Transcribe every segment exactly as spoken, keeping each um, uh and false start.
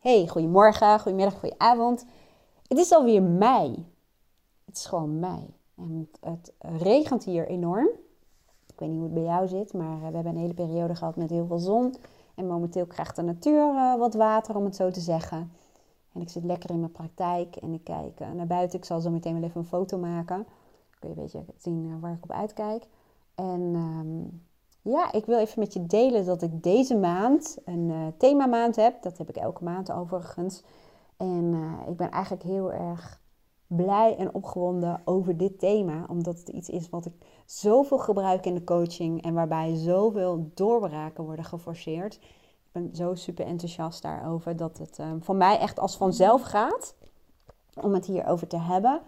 Hey, goedemorgen, goedemiddag, goedenavond. Het is alweer mei. Het is gewoon mei. En het regent hier enorm. Ik weet niet hoe het bij jou zit, maar we hebben een hele periode gehad met heel veel zon. En momenteel krijgt de natuur uh, wat water, om het zo te zeggen. En ik zit lekker in mijn praktijk en ik kijk uh, naar buiten. Ik zal zo meteen wel even een foto maken. Dan kun je een beetje zien uh, waar ik op uitkijk. En um, ja, ik wil even met je delen dat ik deze maand een uh, themamaand heb. Dat heb ik elke maand overigens. En uh, ik ben eigenlijk heel erg blij en opgewonden over dit thema. Omdat het iets is wat ik zoveel gebruik in de coaching. En waarbij zoveel doorbraken worden geforceerd. Ik ben zo super enthousiast daarover. Dat het uh, voor mij echt als vanzelf gaat. Om het hierover te hebben.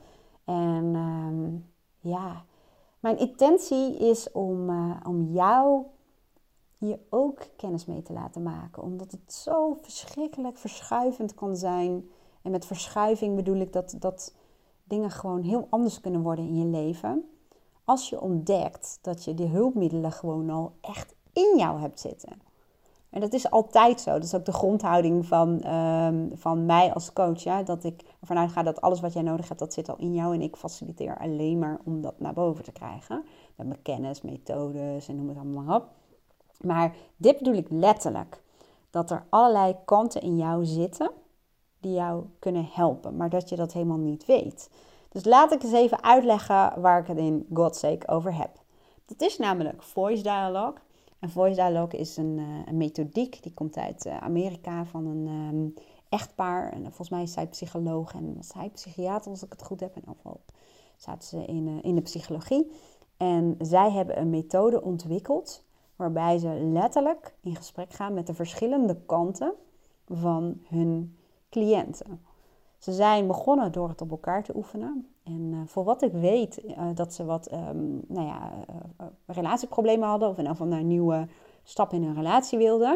En um, ja, mijn intentie is om, uh, om jou hier ook kennis mee te laten maken. Omdat het zo verschrikkelijk verschuivend kan zijn. En met verschuiving bedoel ik dat, dat dingen gewoon heel anders kunnen worden in je leven. Als je ontdekt dat je die hulpmiddelen gewoon al echt in jou hebt zitten. En dat is altijd zo. Dat is ook de grondhouding van, um, van mij als coach. Ja? Dat ik ervan uitga dat alles wat jij nodig hebt, dat zit al in jou. En ik faciliteer alleen maar om dat naar boven te krijgen. Met mijn kennis, methodes en noem het allemaal maar op. Maar dit bedoel ik letterlijk. Dat er allerlei kanten in jou zitten die jou kunnen helpen. Maar dat je dat helemaal niet weet. Dus laat ik eens even uitleggen waar ik het in God's sake over heb. Dat is namelijk Voice Dialogue. En Voice Dialogue is een, uh, een methodiek. Die komt uit uh, Amerika van een um, echtpaar. En volgens mij is zij psycholoog en was hij psychiater als ik het goed heb. En afval zaten ze in, uh, in de psychologie. En zij hebben een methode ontwikkeld waarbij ze letterlijk in gesprek gaan met de verschillende kanten van hun cliënten. Ze zijn begonnen door het op elkaar te oefenen. En uh, voor wat ik weet, uh, dat ze wat um, nou ja, uh, uh, relatieproblemen hadden. Of in ieder geval een nieuwe stap in hun relatie wilden.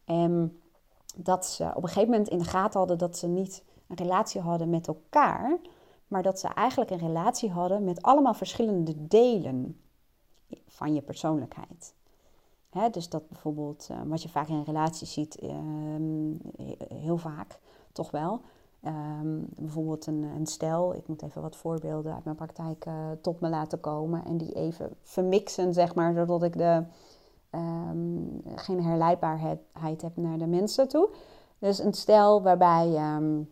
En dat ze op een gegeven moment in de gaten hadden dat ze niet een relatie hadden met elkaar. Maar dat ze eigenlijk een relatie hadden met allemaal verschillende delen van je persoonlijkheid. He, dus dat bijvoorbeeld, uh, wat je vaak in een relatie ziet, uh, heel vaak toch wel. Um, bijvoorbeeld een, een stel, ik moet even wat voorbeelden uit mijn praktijk uh, tot me laten komen. En die even vermixen, zeg maar, zodat ik de, um, geen herleidbaarheid heb naar de mensen toe. Dus een stel waarbij um,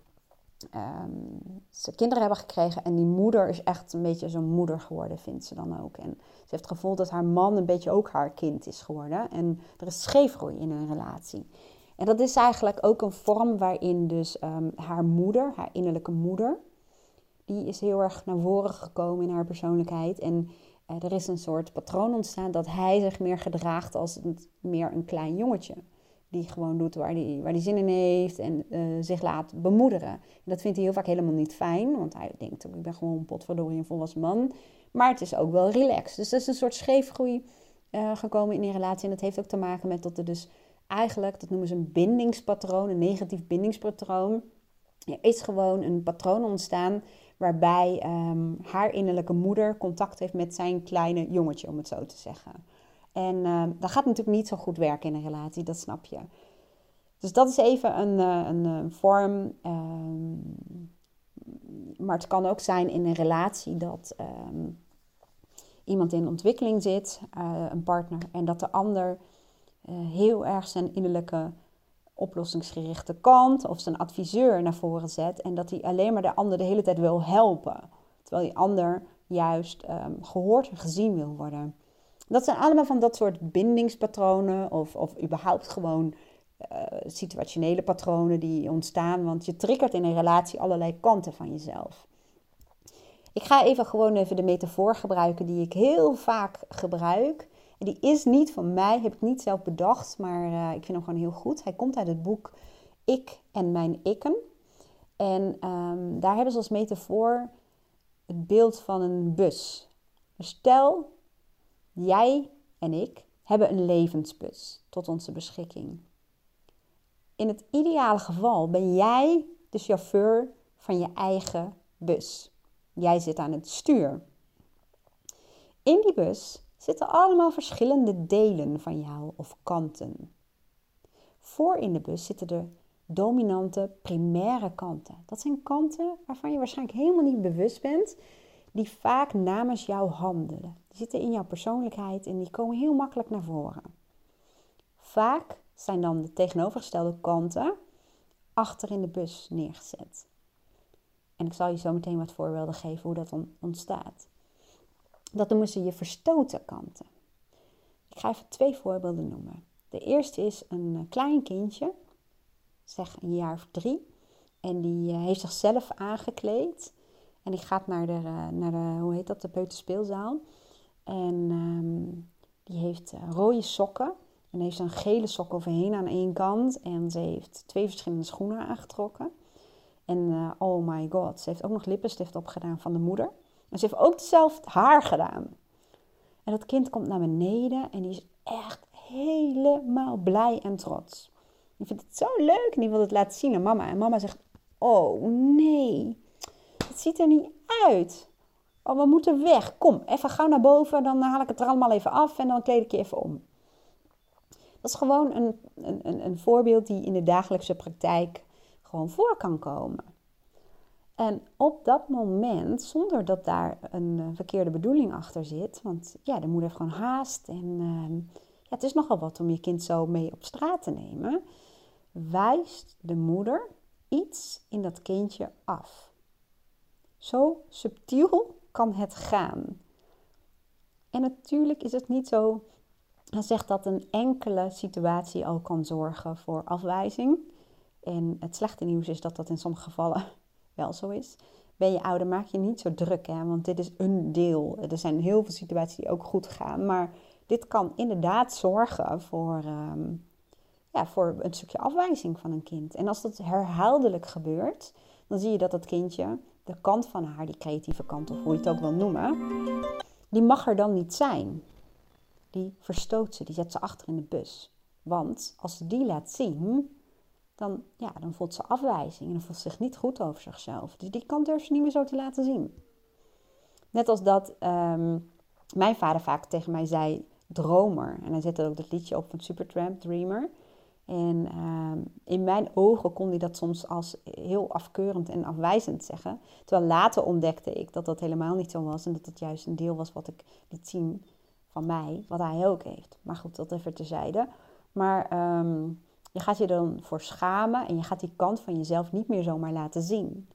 um, ze kinderen hebben gekregen en die moeder is echt een beetje zo'n moeder geworden, vindt ze dan ook. En ze heeft het gevoel dat haar man een beetje ook haar kind is geworden. En er is scheefgroei in hun relatie. En dat is eigenlijk ook een vorm waarin dus um, haar moeder, haar innerlijke moeder, die is heel erg naar voren gekomen in haar persoonlijkheid. En uh, er is een soort patroon ontstaan dat hij zich meer gedraagt als een, meer een klein jongetje. Die gewoon doet waar hij waar die zin in heeft en uh, zich laat bemoederen. En dat vindt hij heel vaak helemaal niet fijn, want hij denkt, ik ben gewoon een potverdorie een volwassen man. Maar het is ook wel relaxed. Dus er is een soort scheefgroei uh, gekomen in die relatie. En dat heeft ook te maken met dat er dus eigenlijk, dat noemen ze een bindingspatroon, een negatief bindingspatroon. Er is gewoon een patroon ontstaan waarbij um, haar innerlijke moeder contact heeft met zijn kleine jongetje, om het zo te zeggen. En uh, dat gaat natuurlijk niet zo goed werken in een relatie, dat snap je. Dus dat is even een, uh, een, een vorm. Um, maar het kan ook zijn in een relatie dat um, iemand in ontwikkeling zit, uh, een partner, en dat de ander uh, heel erg zijn innerlijke oplossingsgerichte kant of zijn adviseur naar voren zet. En dat hij alleen maar de ander de hele tijd wil helpen. Terwijl die ander juist um, gehoord en gezien wil worden. Dat zijn allemaal van dat soort bindingspatronen of, of überhaupt gewoon uh, situationele patronen die ontstaan. Want je triggert in een relatie allerlei kanten van jezelf. Ik ga even gewoon even de metafoor gebruiken die ik heel vaak gebruik. En die is niet van mij, heb ik niet zelf bedacht, maar uh, ik vind hem gewoon heel goed. Hij komt uit het boek Ik en Mijn Ikken. En um, daar hebben ze als metafoor het beeld van een bus. Dus stel, jij en ik hebben een levensbus tot onze beschikking. In het ideale geval ben jij de chauffeur van je eigen bus. Jij zit aan het stuur. In die bus zitten allemaal verschillende delen van jou of kanten. Voor in de bus zitten de dominante, primaire kanten. Dat zijn kanten waarvan je waarschijnlijk helemaal niet bewust bent, die vaak namens jou handelen. Die zitten in jouw persoonlijkheid en die komen heel makkelijk naar voren. Vaak zijn dan de tegenovergestelde kanten achter in de bus neergezet. En ik zal je zo meteen wat voorbeelden geven hoe dat ontstaat. Dat noemen ze je verstoten kanten. Ik ga even twee voorbeelden noemen. De eerste is een klein kindje, zeg een jaar of drie. En die heeft zichzelf aangekleed. En die gaat naar de, naar de hoe heet dat, de peuterspeelzaal. En um, die heeft rode sokken. En heeft ze een gele sok overheen aan één kant. En ze heeft twee verschillende schoenen aangetrokken. En uh, oh my god, ze heeft ook nog lippenstift opgedaan van de moeder. En ze heeft ook hetzelfde haar gedaan. En dat kind komt naar beneden en die is echt helemaal blij en trots. Die vindt het zo leuk en die wil het laten zien aan mama. En mama zegt, oh nee, het ziet er niet uit. Oh, we moeten weg. Kom, even gauw naar boven, dan haal ik het er allemaal even af en dan kleed ik je even om. Dat is gewoon een, een, een voorbeeld die in de dagelijkse praktijk gewoon voor kan komen. En op dat moment, zonder dat daar een uh, verkeerde bedoeling achter zit, want ja, de moeder heeft gewoon haast en uh, ja, het is nogal wat om je kind zo mee op straat te nemen, wijst de moeder iets in dat kindje af. Zo subtiel kan het gaan. En natuurlijk is het niet zo, dan zegt dat een enkele situatie al kan zorgen voor afwijzing. En het slechte nieuws is dat dat in sommige gevallen wel zo is. Ben je ouder, maak je niet zo druk, hè? Want dit is een deel. Er zijn heel veel situaties die ook goed gaan. Maar dit kan inderdaad zorgen voor, um, ja, voor een stukje afwijzing van een kind. En als dat herhaaldelijk gebeurt, dan zie je dat dat kindje, de kant van haar, die creatieve kant, of hoe je het ook wil noemen, die mag er dan niet zijn. Die verstoot ze, die zet ze achter in de bus. Want als ze die laat zien, dan, ja, dan voelt ze afwijzing en dan voelt ze zich niet goed over zichzelf. Dus die kant durft ze niet meer zo te laten zien. Net als dat um, mijn vader vaak tegen mij zei, dromer. En hij zette ook dat liedje op van Supertramp, Dreamer. En um, in mijn ogen kon hij dat soms als heel afkeurend en afwijzend zeggen. Terwijl later ontdekte ik dat dat helemaal niet zo was. En dat het juist een deel was wat ik liet zien van mij, wat hij ook heeft. Maar goed, dat even terzijde. Maar um, je gaat je er dan voor schamen en je gaat die kant van jezelf niet meer zomaar laten zien.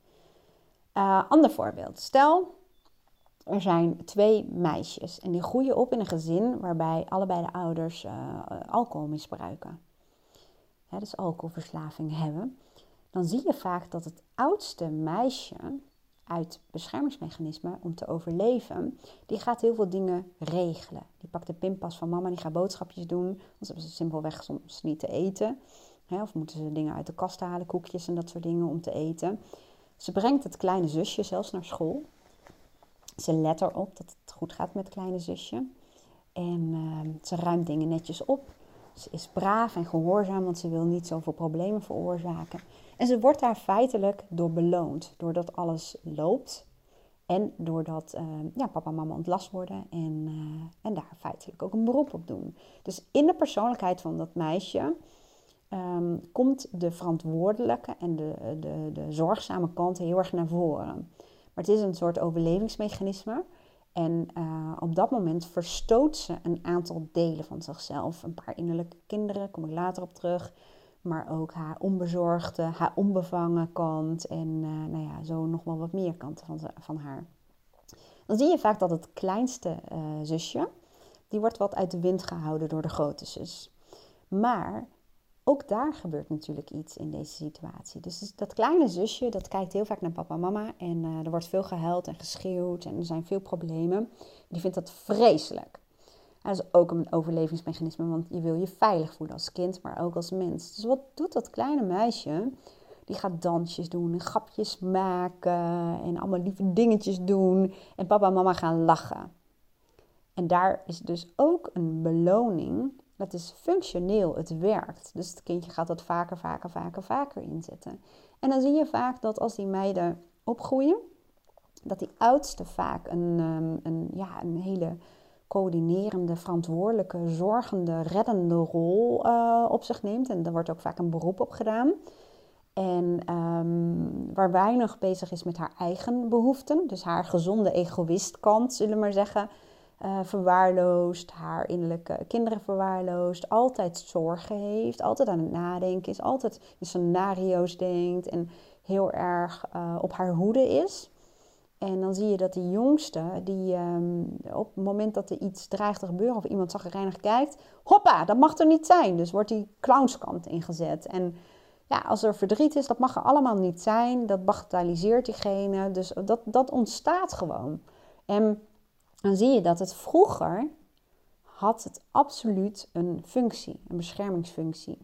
Uh, ander voorbeeld. Stel, er zijn twee meisjes en die groeien op in een gezin waarbij allebei de ouders uh, alcohol misbruiken. Ja, dus alcoholverslaving hebben. Dan zie je vaak dat het oudste meisje uit beschermingsmechanismen om te overleven, die gaat heel veel dingen regelen. Die pakt de pinpas van mama, die gaat boodschapjes doen, want ze hebben ze simpelweg soms niet te eten. Hè, of moeten ze dingen uit de kast halen, koekjes en dat soort dingen om te eten. Ze brengt het kleine zusje zelfs naar school. Ze let erop dat het goed gaat met het kleine zusje. En uh, ze ruimt dingen netjes op. Ze is braaf en gehoorzaam, want ze wil niet zoveel problemen veroorzaken. En ze wordt daar feitelijk door beloond, doordat alles loopt. En doordat uh, ja, papa en mama ontlast worden en, uh, en daar feitelijk ook een beroep op doen. Dus in de persoonlijkheid van dat meisje um, komt de verantwoordelijke en de, de, de zorgzame kant heel erg naar voren. Maar het is een soort overlevingsmechanisme. En uh, op dat moment verstoot ze een aantal delen van zichzelf. Een paar innerlijke kinderen, kom ik later op terug. Maar ook haar onbezorgde, haar onbevangen kant. En uh, nou ja, zo nog wel wat meer kanten van, van haar. Dan zie je vaak dat het kleinste uh, zusje, die wordt wat uit de wind gehouden door de grote zus. Maar ook daar gebeurt natuurlijk iets in deze situatie. Dus dat kleine zusje, dat kijkt heel vaak naar papa en mama. En uh, er wordt veel gehuild en geschreeuwd en er zijn veel problemen. Die vindt dat vreselijk. En dat is ook een overlevingsmechanisme, want je wil je veilig voelen als kind, maar ook als mens. Dus wat doet dat kleine meisje? Die gaat dansjes doen en grapjes maken en allemaal lieve dingetjes doen. En papa en mama gaan lachen. En daar is dus ook een beloning. Dat is functioneel, het werkt. Dus het kindje gaat dat vaker, vaker, vaker, vaker inzetten. En dan zie je vaak dat als die meiden opgroeien, dat die oudste vaak een, um, een, ja, een hele coördinerende, verantwoordelijke, zorgende, reddende rol uh, op zich neemt. En daar wordt ook vaak een beroep op gedaan. En um, waar weinig bezig is met haar eigen behoeften. Dus haar gezonde egoïstkant, zullen we maar zeggen, uh, verwaarloost. Haar innerlijke kinderen verwaarloost. Altijd zorgen heeft. Altijd aan het nadenken is. Altijd in scenario's denkt. En heel erg uh, op haar hoede is. En dan zie je dat die jongste, die um, op het moment dat er iets dreigt te gebeuren of iemand chagrijnig kijkt, hoppa, dat mag er niet zijn. Dus wordt die clownskant ingezet. En ja, als er verdriet is, dat mag er allemaal niet zijn. Dat bagatelliseert diegene. Dus dat, dat ontstaat gewoon. En dan zie je dat het vroeger had het absoluut een functie, een beschermingsfunctie.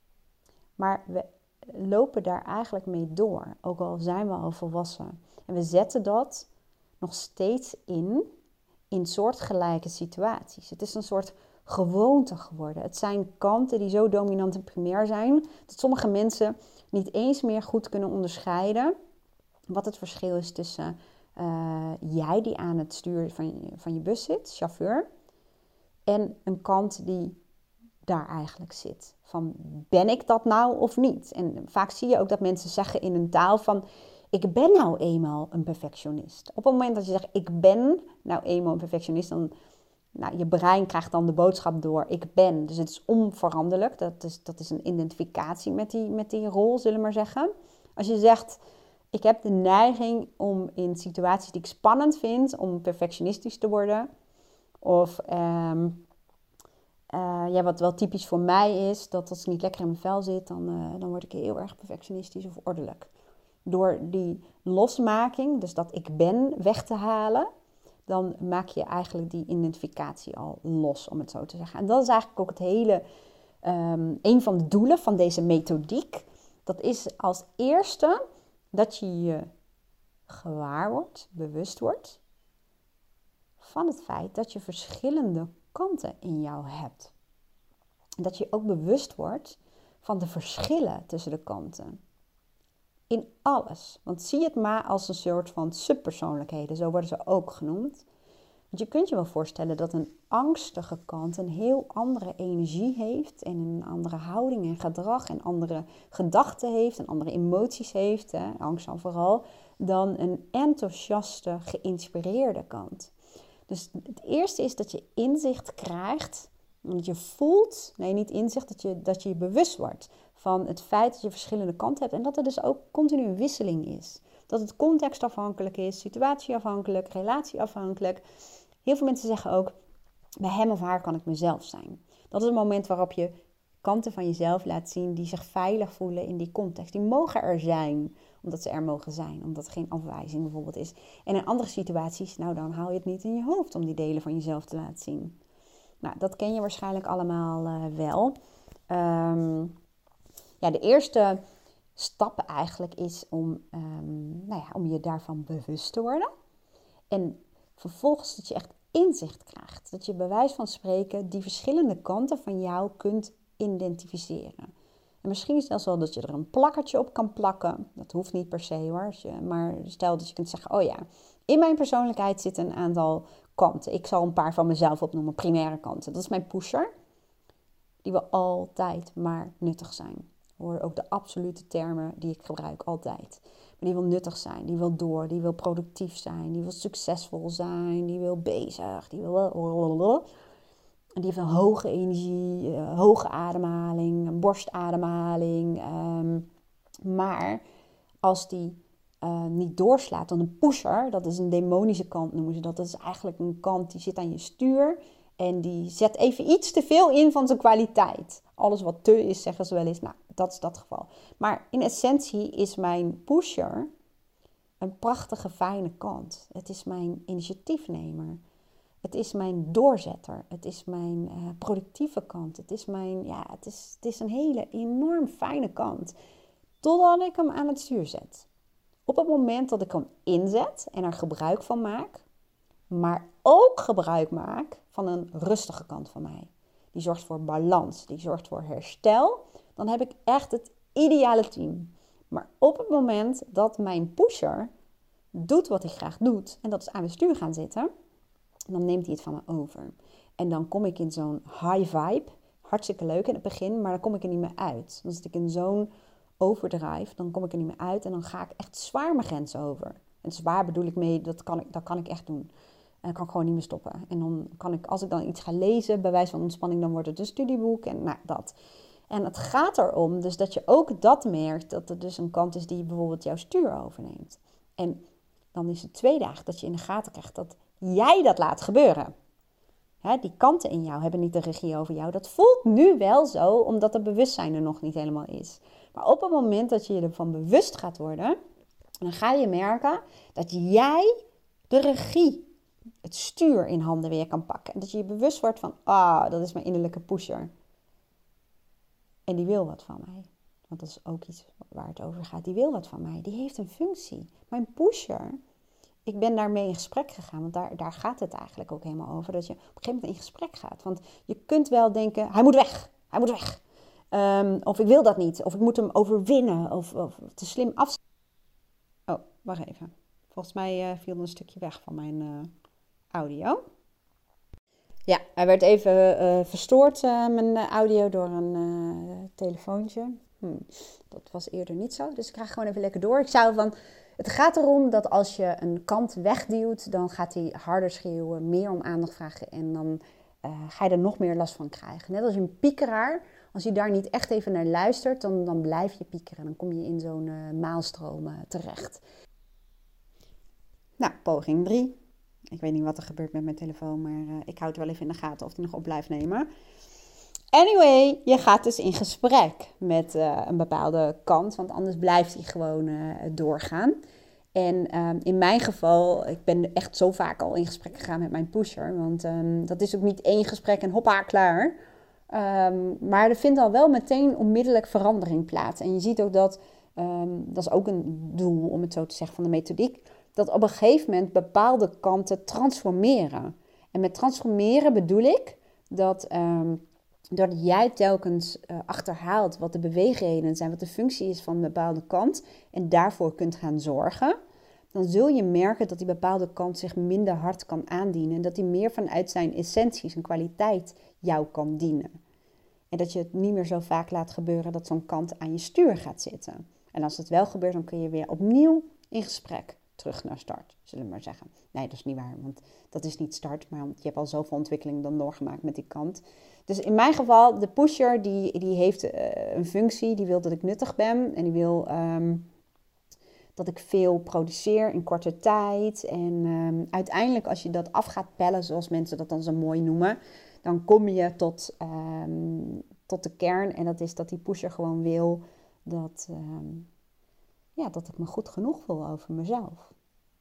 Maar we lopen daar eigenlijk mee door, ook al zijn we al volwassen. En we zetten dat nog steeds in, in soortgelijke situaties. Het is een soort gewoonte geworden. Het zijn kanten die zo dominant en primair zijn, dat sommige mensen niet eens meer goed kunnen onderscheiden wat het verschil is tussen uh, jij die aan het stuur van je, van je bus zit, chauffeur, en een kant die daar eigenlijk zit. Van, ben ik dat nou of niet? En vaak zie je ook dat mensen zeggen in een taal van, ik ben nou eenmaal een perfectionist. Op het moment dat je zegt, ik ben nou eenmaal een perfectionist, dan, nou, je brein krijgt dan de boodschap door, ik ben. Dus het is onveranderlijk. Dat is, dat is een identificatie met die, met die rol, zullen we maar zeggen. Als je zegt, ik heb de neiging om in situaties die ik spannend vind, om perfectionistisch te worden. Of um, uh, ja, wat wel typisch voor mij is, dat als ik niet lekker in mijn vel zit, dan, uh, dan word ik heel erg perfectionistisch of ordelijk. Door die losmaking, dus dat ik ben, weg te halen, dan maak je eigenlijk die identificatie al los, om het zo te zeggen. En dat is eigenlijk ook het hele, um, een van de doelen van deze methodiek. Dat is als eerste dat je je gewaar wordt, bewust wordt van het feit dat je verschillende kanten in jou hebt. Dat je ook bewust wordt van de verschillen tussen de kanten. In alles. Want zie het maar als een soort van subpersoonlijkheden. Zo worden ze ook genoemd. Want je kunt je wel voorstellen dat een angstige kant een heel andere energie heeft. En een andere houding en gedrag. En andere gedachten heeft. En andere emoties heeft. Hè, angst dan vooral. Dan een enthousiaste, geïnspireerde kant. Dus het eerste is dat je inzicht krijgt. Dat je voelt, nee niet inzicht, dat je, dat je je bewust wordt van het feit dat je verschillende kanten hebt. En dat er dus ook continu een wisseling is. Dat het contextafhankelijk is, situatieafhankelijk, relatieafhankelijk. Heel veel mensen zeggen ook, bij hem of haar kan ik mezelf zijn. Dat is een moment waarop je kanten van jezelf laat zien die zich veilig voelen in die context. Die mogen er zijn, omdat ze er mogen zijn. Omdat er geen afwijzing bijvoorbeeld is. En in andere situaties, nou dan haal je het niet in je hoofd om die delen van jezelf te laten zien. Nou, dat ken je waarschijnlijk allemaal uh, wel. Um, ja, de eerste stap eigenlijk is om, um, nou ja, om je daarvan bewust te worden. En vervolgens dat je echt inzicht krijgt. Dat je bij wijze van spreken die verschillende kanten van jou kunt identificeren. En misschien is het zelfs wel dat je er een plakkertje op kan plakken. Dat hoeft niet per se hoor. Maar stel dat je kunt zeggen, oh ja, in mijn persoonlijkheid zitten een aantal kanten. Ik zal een paar van mezelf opnoemen, primaire kanten. Dat is mijn pusher. Die wil altijd maar nuttig zijn. Hoor ook de absolute termen die ik gebruik, altijd. Maar die wil nuttig zijn, die wil door, die wil productief zijn, die wil succesvol zijn, die wil bezig, die wil... Die heeft een hoge energie, uh, hoge ademhaling, een borstademhaling. Um, maar als die uh, niet doorslaat, dan een pusher, dat is een demonische kant noemen ze dat. Dat is eigenlijk een kant die zit aan je stuur en die zet even iets te veel in van zijn kwaliteit. Alles wat te is, zeggen ze wel eens. Nou, dat is dat geval. Maar in essentie is mijn pusher een prachtige, fijne kant. Het is mijn initiatiefnemer. Het is mijn doorzetter. Het is mijn uh, productieve kant. Het is mijn, ja, het is, het is een hele enorm fijne kant. Totdat ik hem aan het stuur zet. Op het moment dat ik hem inzet en er gebruik van maak, maar ook gebruik maak van een rustige kant van mij. Die zorgt voor balans, die zorgt voor herstel. Dan heb ik echt het ideale team. Maar op het moment dat mijn pusher doet wat hij graag doet, en dat is aan mijn stuur gaan zitten, dan neemt hij het van me over. En dan kom ik in zo'n high vibe. Hartstikke leuk in het begin, maar dan kom ik er niet meer uit. Dan zit ik in zo'n overdrive, dan kom ik er niet meer uit en dan ga ik echt zwaar mijn grenzen over. En zwaar bedoel ik mee, dat kan ik, dat kan ik echt doen. En dan kan ik gewoon niet meer stoppen. En dan kan ik, als ik dan iets ga lezen, bij wijze van ontspanning, dan wordt het een studieboek en nou, dat. En het gaat erom dus dat je ook dat merkt, dat er dus een kant is die bijvoorbeeld jouw stuur overneemt. En dan is het tweede eigenlijk dat je in de gaten krijgt dat jij dat laat gebeuren. Hè, die kanten in jou hebben niet de regie over jou. Dat voelt nu wel zo, omdat het bewustzijn er nog niet helemaal is. Maar op het moment dat je je ervan bewust gaat worden, dan ga je merken dat jij de regie, het stuur in handen weer kan pakken. En dat je je bewust wordt van, ah, dat is mijn innerlijke pusher. En die wil wat van mij. Want dat is ook iets waar het over gaat. Die wil wat van mij. Die heeft een functie. Mijn pusher, ik ben daarmee in gesprek gegaan. Want daar, daar gaat het eigenlijk ook helemaal over. Dat je op een gegeven moment in gesprek gaat. Want je kunt wel denken, hij moet weg. Hij moet weg. Um, of ik wil dat niet. Of ik moet hem overwinnen. Of, of te slim af. Oh, wacht even. Volgens mij uh, viel er een stukje weg van mijn uh, audio. Ja, hij werd even uh, verstoord, uh, mijn audio, door een uh, telefoontje. Hm, dat was eerder niet zo, dus ik ga gewoon even lekker door. Ik zou van, het gaat erom dat als je een kant wegduwt, dan gaat hij harder schreeuwen, meer om aandacht vragen en dan uh, ga je er nog meer last van krijgen. Net als een piekeraar, als je daar niet echt even naar luistert, dan, dan blijf je piekeren. Dan kom je in zo'n uh, maalstroom uh, terecht. Nou, poging drie. Ik weet niet wat er gebeurt met mijn telefoon, maar uh, ik houd wel even in de gaten of die nog op blijft nemen. Anyway, je gaat dus in gesprek met uh, een bepaalde kant, want anders blijft hij gewoon uh, doorgaan. En uh, in mijn geval, ik ben echt zo vaak al in gesprek gegaan met mijn pusher, want um, dat is ook niet één gesprek en hoppa, klaar. Um, maar er vindt al wel meteen onmiddellijk verandering plaats. En je ziet ook dat, um, dat is ook een doel, om het zo te zeggen, van de methodiek, dat op een gegeven moment bepaalde kanten transformeren. En met transformeren bedoel ik dat, um, dat jij telkens uh, achterhaalt wat de beweegredenen zijn, wat de functie is van een bepaalde kant en daarvoor kunt gaan zorgen. Dan zul je merken dat die bepaalde kant zich minder hard kan aandienen. En dat hij meer vanuit zijn essentie, zijn kwaliteit jou kan dienen. En dat je het niet meer zo vaak laat gebeuren dat zo'n kant aan je stuur gaat zitten. En als het wel gebeurt, dan kun je weer opnieuw in gesprek. Terug naar start, zullen we maar zeggen. Nee, dat is niet waar, want dat is niet start. Maar je hebt al zoveel ontwikkeling dan doorgemaakt met die kant. Dus in mijn geval, de pusher, die, die heeft uh, een functie. Die wil dat ik nuttig ben. En die wil um, dat ik veel produceer in korte tijd. En um, uiteindelijk, als je dat af gaat pellen, zoals mensen dat dan zo mooi noemen, dan kom je tot, um, tot de kern. En dat is dat die pusher gewoon wil dat... Um, Ja, dat ik me goed genoeg voel over mezelf.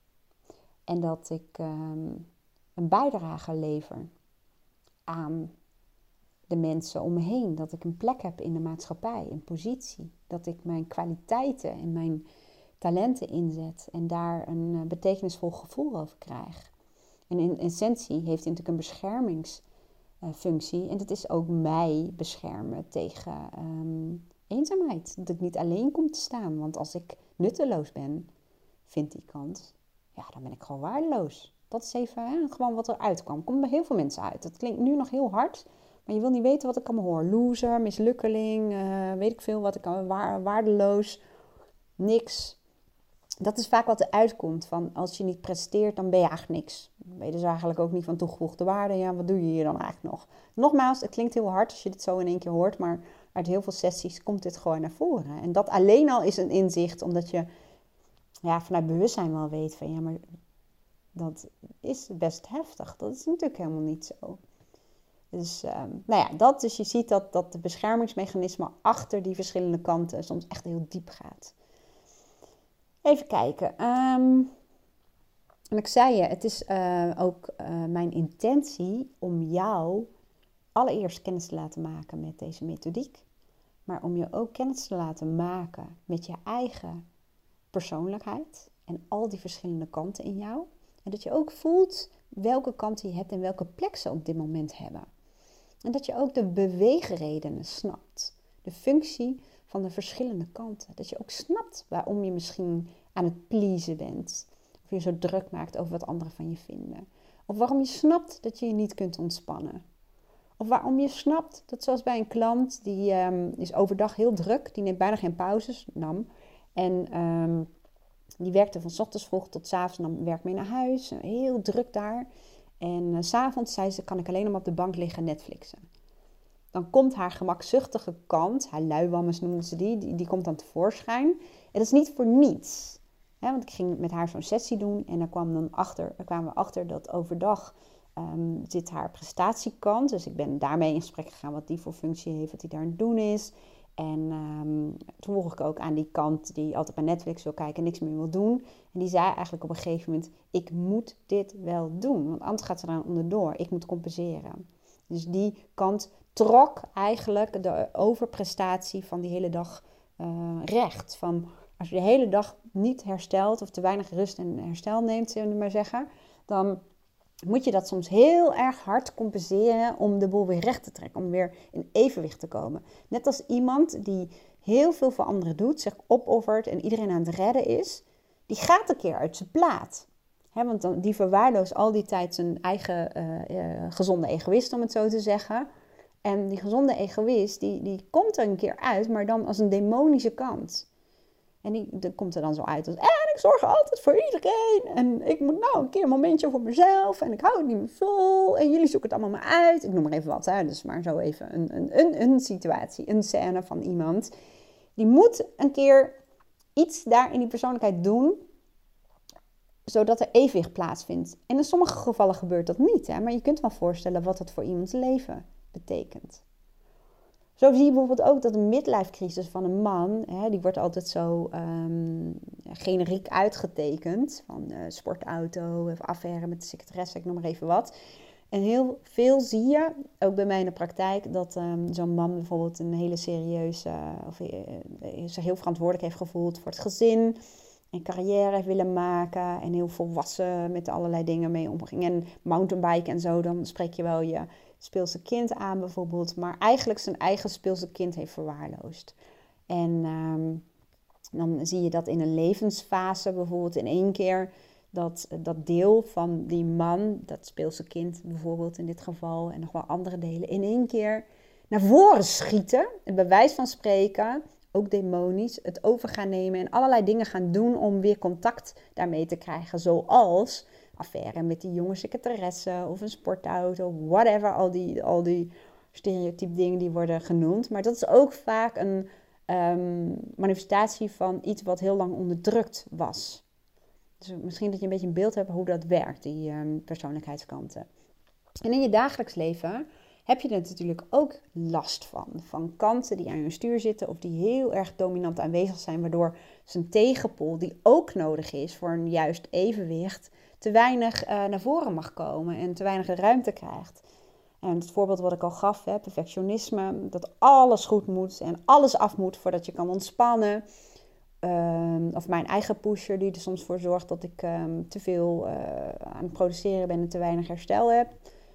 En dat ik um, een bijdrage lever aan de mensen om me heen. Dat ik een plek heb in de maatschappij, een positie. Dat ik mijn kwaliteiten en mijn talenten inzet en daar een uh, betekenisvol gevoel over krijg. En in essentie heeft hij natuurlijk een beschermingsfunctie. Uh, en dat is ook mij beschermen tegen um, eenzaamheid. Dat ik niet alleen kom te staan. Want als ik nutteloos ben, vindt die kant, ja, dan ben ik gewoon waardeloos. Dat is even hè, gewoon wat er uitkwam. Komt bij heel veel mensen uit. Dat klinkt nu nog heel hard, maar je wil niet weten wat ik allemaal hoor. Loser, mislukkeling, uh, weet ik veel wat ik kan, waar, waardeloos, niks. Dat is vaak wat er uitkomt van als je niet presteert, dan ben je eigenlijk niks. Dan ben je dus eigenlijk ook niet van toegevoegde waarde. Ja, wat doe je hier dan eigenlijk nog? Nogmaals, het klinkt heel hard als je dit zo in één keer hoort, maar uit heel veel sessies komt dit gewoon naar voren. En dat alleen al is een inzicht, omdat je ja, vanuit bewustzijn wel weet van ja, maar dat is best heftig. Dat is natuurlijk helemaal niet zo. Dus, um, nou ja, dat, dus je ziet dat, dat de beschermingsmechanisme achter die verschillende kanten soms echt heel diep gaat. Even kijken. Um, en ik zei je, het is uh, ook uh, mijn intentie om jou allereerst kennis te laten maken met deze methodiek. Maar om je ook kennis te laten maken met je eigen persoonlijkheid en al die verschillende kanten in jou. En dat je ook voelt welke kanten je hebt en welke plek ze op dit moment hebben. En dat je ook de beweegredenen snapt. De functie van de verschillende kanten. Dat je ook snapt waarom je misschien aan het pleasen bent. Of je zo druk maakt over wat anderen van je vinden. Of waarom je snapt dat je je niet kunt ontspannen. Of waarom je snapt dat zoals bij een klant, die um, is overdag heel druk. Die neemt bijna geen pauzes, nam. En um, die werkte van 's ochtends vroeg tot 's avonds, dan werk mee naar huis. Heel druk daar. En uh, 's avonds zei ze, kan ik alleen maar op de bank liggen Netflixen. Dan komt haar gemakzuchtige kant, haar luiwammes noemden ze die, die, die komt dan tevoorschijn. En dat is niet voor niets. Hè, want ik ging met haar zo'n sessie doen en daar kwam dan achter, daar kwamen we achter dat overdag um, zit haar prestatiekant. Dus ik ben daarmee in gesprek gegaan wat die voor functie heeft, wat die daar aan het doen is. En um, toen vroeg ik ook aan die kant die altijd bij Netflix wil kijken en niks meer wil doen. En die zei eigenlijk op een gegeven moment, ik moet dit wel doen, want anders gaat ze eraan onderdoor. Ik moet compenseren. Dus die kant trok eigenlijk de overprestatie van die hele dag uh, recht. Van als je de hele dag niet herstelt of te weinig rust en herstel neemt, zullen we maar zeggen, dan moet je dat soms heel erg hard compenseren om de boel weer recht te trekken, om weer in evenwicht te komen. Net als iemand die heel veel voor anderen doet, zich opoffert en iedereen aan het redden is, die gaat een keer uit zijn plaat. He, want dan, die verwaarloost al die tijd zijn eigen uh, uh, gezonde egoïst, om het zo te zeggen. En die gezonde egoïst, die, die komt er een keer uit, maar dan als een demonische kant. En die, die komt er dan zo uit als, en ik zorg altijd voor iedereen. En ik moet nou een keer een momentje voor mezelf. En ik hou het niet meer vol. En jullie zoeken het allemaal maar uit. Ik noem maar even wat, hè. Dus maar zo even een, een, een, een situatie, een scène van iemand. Die moet een keer iets daar in die persoonlijkheid doen, zodat er evenwicht plaatsvindt. En in sommige gevallen gebeurt dat niet. Hè? Maar je kunt wel voorstellen wat dat voor iemands leven betekent. Zo zie je bijvoorbeeld ook dat de midlife crisis van een man, hè, die wordt altijd zo um, generiek uitgetekend. Van uh, sportauto, of affaire met de secretaresse, ik noem maar even wat. En heel veel zie je, ook bij mij in de praktijk, dat um, zo'n man bijvoorbeeld een hele serieuze, of uh, zich heel verantwoordelijk heeft gevoeld voor het gezin. En carrière heeft willen maken en heel volwassen met allerlei dingen mee omging. En mountainbiken en zo, dan spreek je wel je speelse kind aan bijvoorbeeld. Maar eigenlijk zijn eigen speelse kind heeft verwaarloosd. En um, dan zie je dat in een levensfase bijvoorbeeld in één keer dat, dat deel van die man, dat speelse kind bijvoorbeeld in dit geval, en nog wel andere delen, in één keer naar voren schieten. Het bewijs van spreken, ook demonisch, het over gaan nemen en allerlei dingen gaan doen om weer contact daarmee te krijgen. Zoals affaire met die jonge secretaresse of een sportauto, whatever, al die, al die stereotype dingen die worden genoemd. Maar dat is ook vaak een um, manifestatie van iets wat heel lang onderdrukt was. Dus misschien dat je een beetje een beeld hebt hoe dat werkt, die um, persoonlijkheidskanten. En in je dagelijks leven heb je er natuurlijk ook last van. Van kanten die aan je stuur zitten of die heel erg dominant aanwezig zijn, waardoor zijn tegenpool, die ook nodig is voor een juist evenwicht, te weinig uh, naar voren mag komen en te weinig ruimte krijgt. En het voorbeeld wat ik al gaf, hè, perfectionisme, dat alles goed moet en alles af moet voordat je kan ontspannen. Um, of mijn eigen pusher die er soms voor zorgt dat ik um, te veel uh, aan het produceren ben en te weinig herstel heb.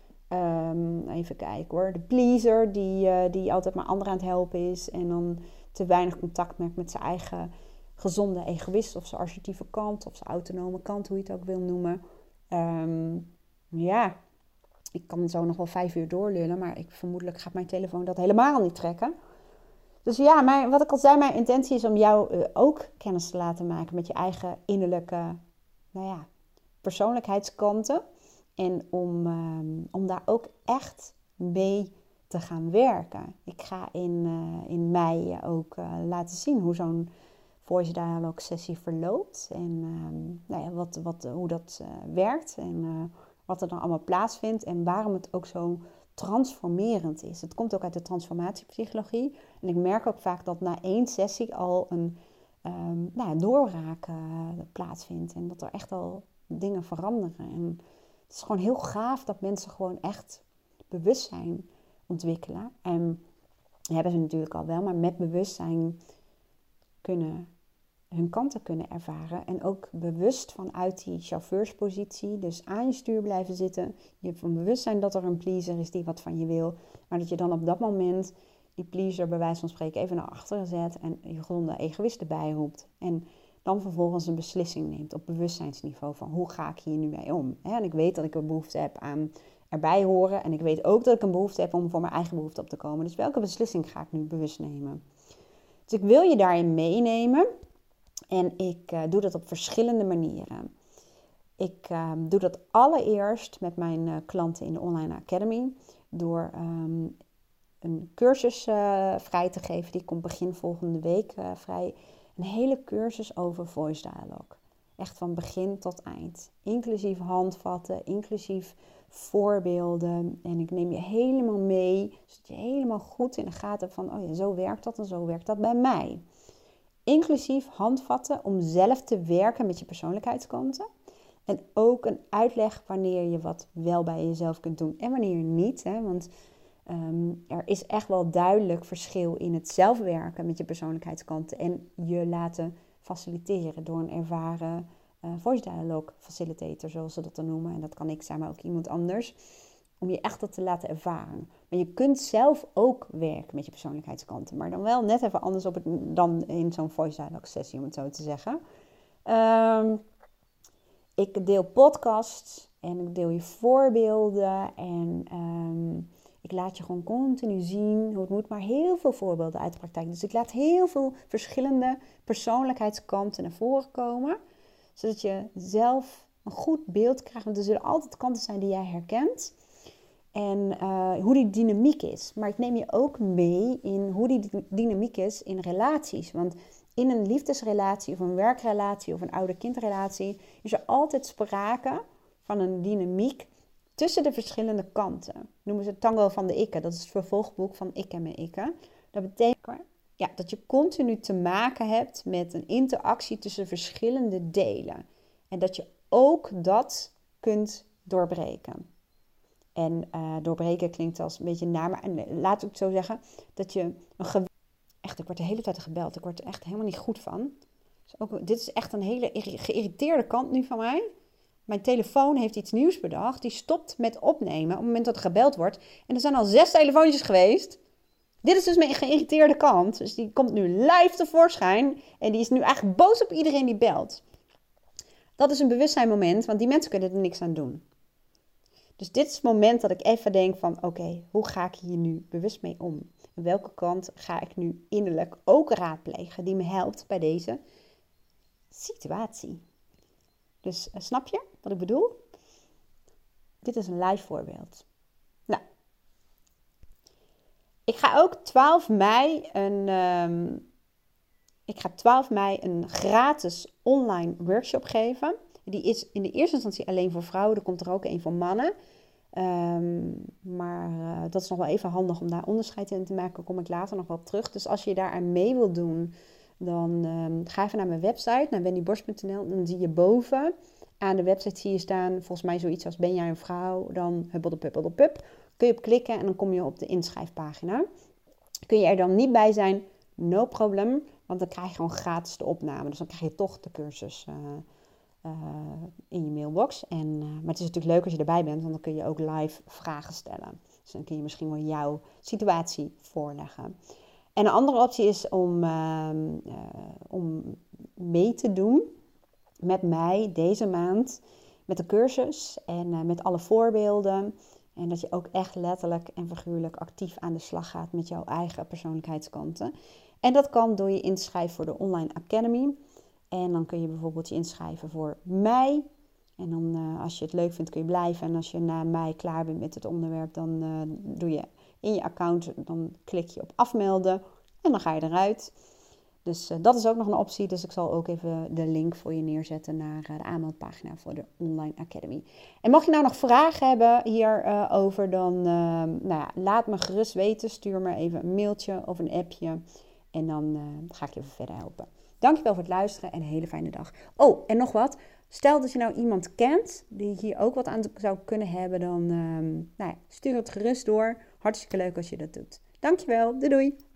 Um, even kijken hoor. De pleaser die, uh, die altijd maar anderen aan het helpen is en dan te weinig contact maakt met zijn eigen gezonde egoïst of zijn assertieve kant of zijn autonome kant, hoe je het ook wil noemen. Um, ja, ik kan zo nog wel vijf uur doorlullen, maar ik, vermoedelijk gaat mijn telefoon dat helemaal niet trekken. Dus ja, mijn, wat ik al zei, mijn intentie is om jou uh, ook kennis te laten maken met je eigen innerlijke, nou ja, persoonlijkheidskanten. En om, um, om daar ook echt mee te gaan werken. Ik ga in, uh, in mei ook uh, laten zien hoe zo'n voice dialogue sessie verloopt. En um, nou ja, wat, wat, hoe dat uh, werkt en uh, wat er dan allemaal plaatsvindt. En waarom het ook zo transformerend is. Het komt ook uit de transformatiepsychologie. En ik merk ook vaak dat na één sessie al een um, nou ja, doorbraak uh, plaatsvindt. En dat er echt al dingen veranderen. En het is gewoon heel gaaf dat mensen gewoon echt bewustzijn ontwikkelen. En dat hebben ze natuurlijk al wel, maar met bewustzijn kunnen hun kanten kunnen ervaren. En ook bewust vanuit die chauffeurspositie, dus aan je stuur blijven zitten. Je hebt van bewustzijn dat er een pleaser is die wat van je wil. Maar dat je dan op dat moment die pleaser bij wijze van spreken even naar achteren zet en je gezonde egoïst erbij roept. En dan vervolgens een beslissing neemt op bewustzijnsniveau van hoe ga ik hier nu mee om. En ik weet dat ik een behoefte heb aan erbij horen. En ik weet ook dat ik een behoefte heb om voor mijn eigen behoefte op te komen. Dus welke beslissing ga ik nu bewust nemen? Dus ik wil je daarin meenemen. En ik uh, doe dat op verschillende manieren. Ik uh, doe dat allereerst met mijn uh, klanten in de Online Academy. Door um, een cursus uh, vrij te geven. Die komt begin volgende week uh, vrij. Een hele cursus over voice dialogue. Echt van begin tot eind. Inclusief handvatten, inclusief voorbeelden. En ik neem je helemaal mee. Zodat je helemaal goed in de gaten hebt van, oh ja, zo werkt dat en zo werkt dat bij mij. Inclusief handvatten om zelf te werken met je persoonlijkheidskanten. En ook een uitleg wanneer je wat wel bij jezelf kunt doen en wanneer niet. Hè? Want um, er is echt wel duidelijk verschil in het zelf werken met je persoonlijkheidskanten. En je laten faciliteren door een ervaren uh, voice dialogue facilitator, zoals ze dat dan noemen. En dat kan ik zijn, maar ook iemand anders. Om je echt dat te laten ervaren. Maar je kunt zelf ook werken met je persoonlijkheidskanten. Maar dan wel net even anders op het, dan in zo'n voice dialogue sessie, om het zo te zeggen. Um, ik deel podcasts en ik deel je voorbeelden. En um, ik laat je gewoon continu zien hoe het moet. Maar heel veel voorbeelden uit de praktijk. Dus ik laat heel veel verschillende persoonlijkheidskanten naar voren komen. Zodat je zelf een goed beeld krijgt. Want er zullen altijd kanten zijn die jij herkent. En uh, hoe die dynamiek is. Maar ik neem je ook mee in hoe die dynamiek is in relaties. Want in een liefdesrelatie of een werkrelatie of een ouder-kindrelatie is er altijd sprake van een dynamiek tussen de verschillende kanten. Noemen ze Tango van de Ikken. Dat is het vervolgboek van Ik en mijn Ikken. Dat betekent ja, dat je continu te maken hebt met een interactie tussen verschillende delen. En dat je ook dat kunt doorbreken. En uh, doorbreken klinkt als een beetje naar, maar en laat ik het zo zeggen, dat je een ge- echt, ik word de hele tijd gebeld, ik word er echt helemaal niet goed van. Dus ook, dit is echt een hele geïrriteerde kant nu van mij. Mijn telefoon heeft iets nieuws bedacht, die stopt met opnemen op het moment dat er gebeld wordt. En er zijn al zes telefoontjes geweest. Dit is dus mijn geïrriteerde kant, dus die komt nu live tevoorschijn en die is nu eigenlijk boos op iedereen die belt. Dat is een bewustzijnmoment, want die mensen kunnen er niks aan doen. Dus dit is het moment dat ik even denk van, oké, okay, hoe ga ik hier nu bewust mee om? En welke kant ga ik nu innerlijk ook raadplegen die me helpt bij deze situatie? Dus uh, snap je wat ik bedoel? Dit is een live voorbeeld. Nou, ik ga ook twaalf mei een, um, ik ga twaalf mei een gratis online workshop geven. Die is in de eerste instantie alleen voor vrouwen. Er komt er ook een voor mannen. Um, maar uh, dat is nog wel even handig om daar onderscheid in te maken. Daar kom ik later nog wel op terug. Dus als je daar aan mee wilt doen, dan um, ga even naar mijn website, naar wendy borst punt n l. Dan zie je boven aan de website zie je staan, volgens mij zoiets als ben jij een vrouw, dan huppeldepuppeldepup. Kun je op klikken en dan kom je op de inschrijfpagina. Kun je er dan niet bij zijn, no problem. Want dan krijg je gewoon gratis de opname. Dus dan krijg je toch de cursus uh, Uh, in je mailbox. En, uh, maar het is natuurlijk leuk als je erbij bent, want dan kun je ook live vragen stellen. Dus dan kun je misschien wel jouw situatie voorleggen. En een andere optie is om, uh, uh, om mee te doen met mij deze maand met de cursus en uh, met alle voorbeelden. En dat je ook echt letterlijk en figuurlijk actief aan de slag gaat met jouw eigen persoonlijkheidskanten. En dat kan door je in te schrijven voor de Online Academy. En dan kun je bijvoorbeeld je inschrijven voor mei. En dan uh, als je het leuk vindt kun je blijven. En als je na mei klaar bent met het onderwerp, dan uh, doe je in je account, dan klik je op afmelden. En dan ga je eruit. Dus uh, dat is ook nog een optie. Dus ik zal ook even de link voor je neerzetten naar uh, de aanmeldpagina voor de Online Academy. En mocht je nou nog vragen hebben hierover, uh, dan uh, nou ja, laat me gerust weten. Stuur me even een mailtje of een appje. En dan uh, ga ik je even verder helpen. Dankjewel voor het luisteren en een hele fijne dag. Oh, en nog wat. Stel dat je nou iemand kent die hier ook wat aan zou kunnen hebben, dan um, nou ja, stuur het gerust door. Hartstikke leuk als je dat doet. Dankjewel. Doei doei.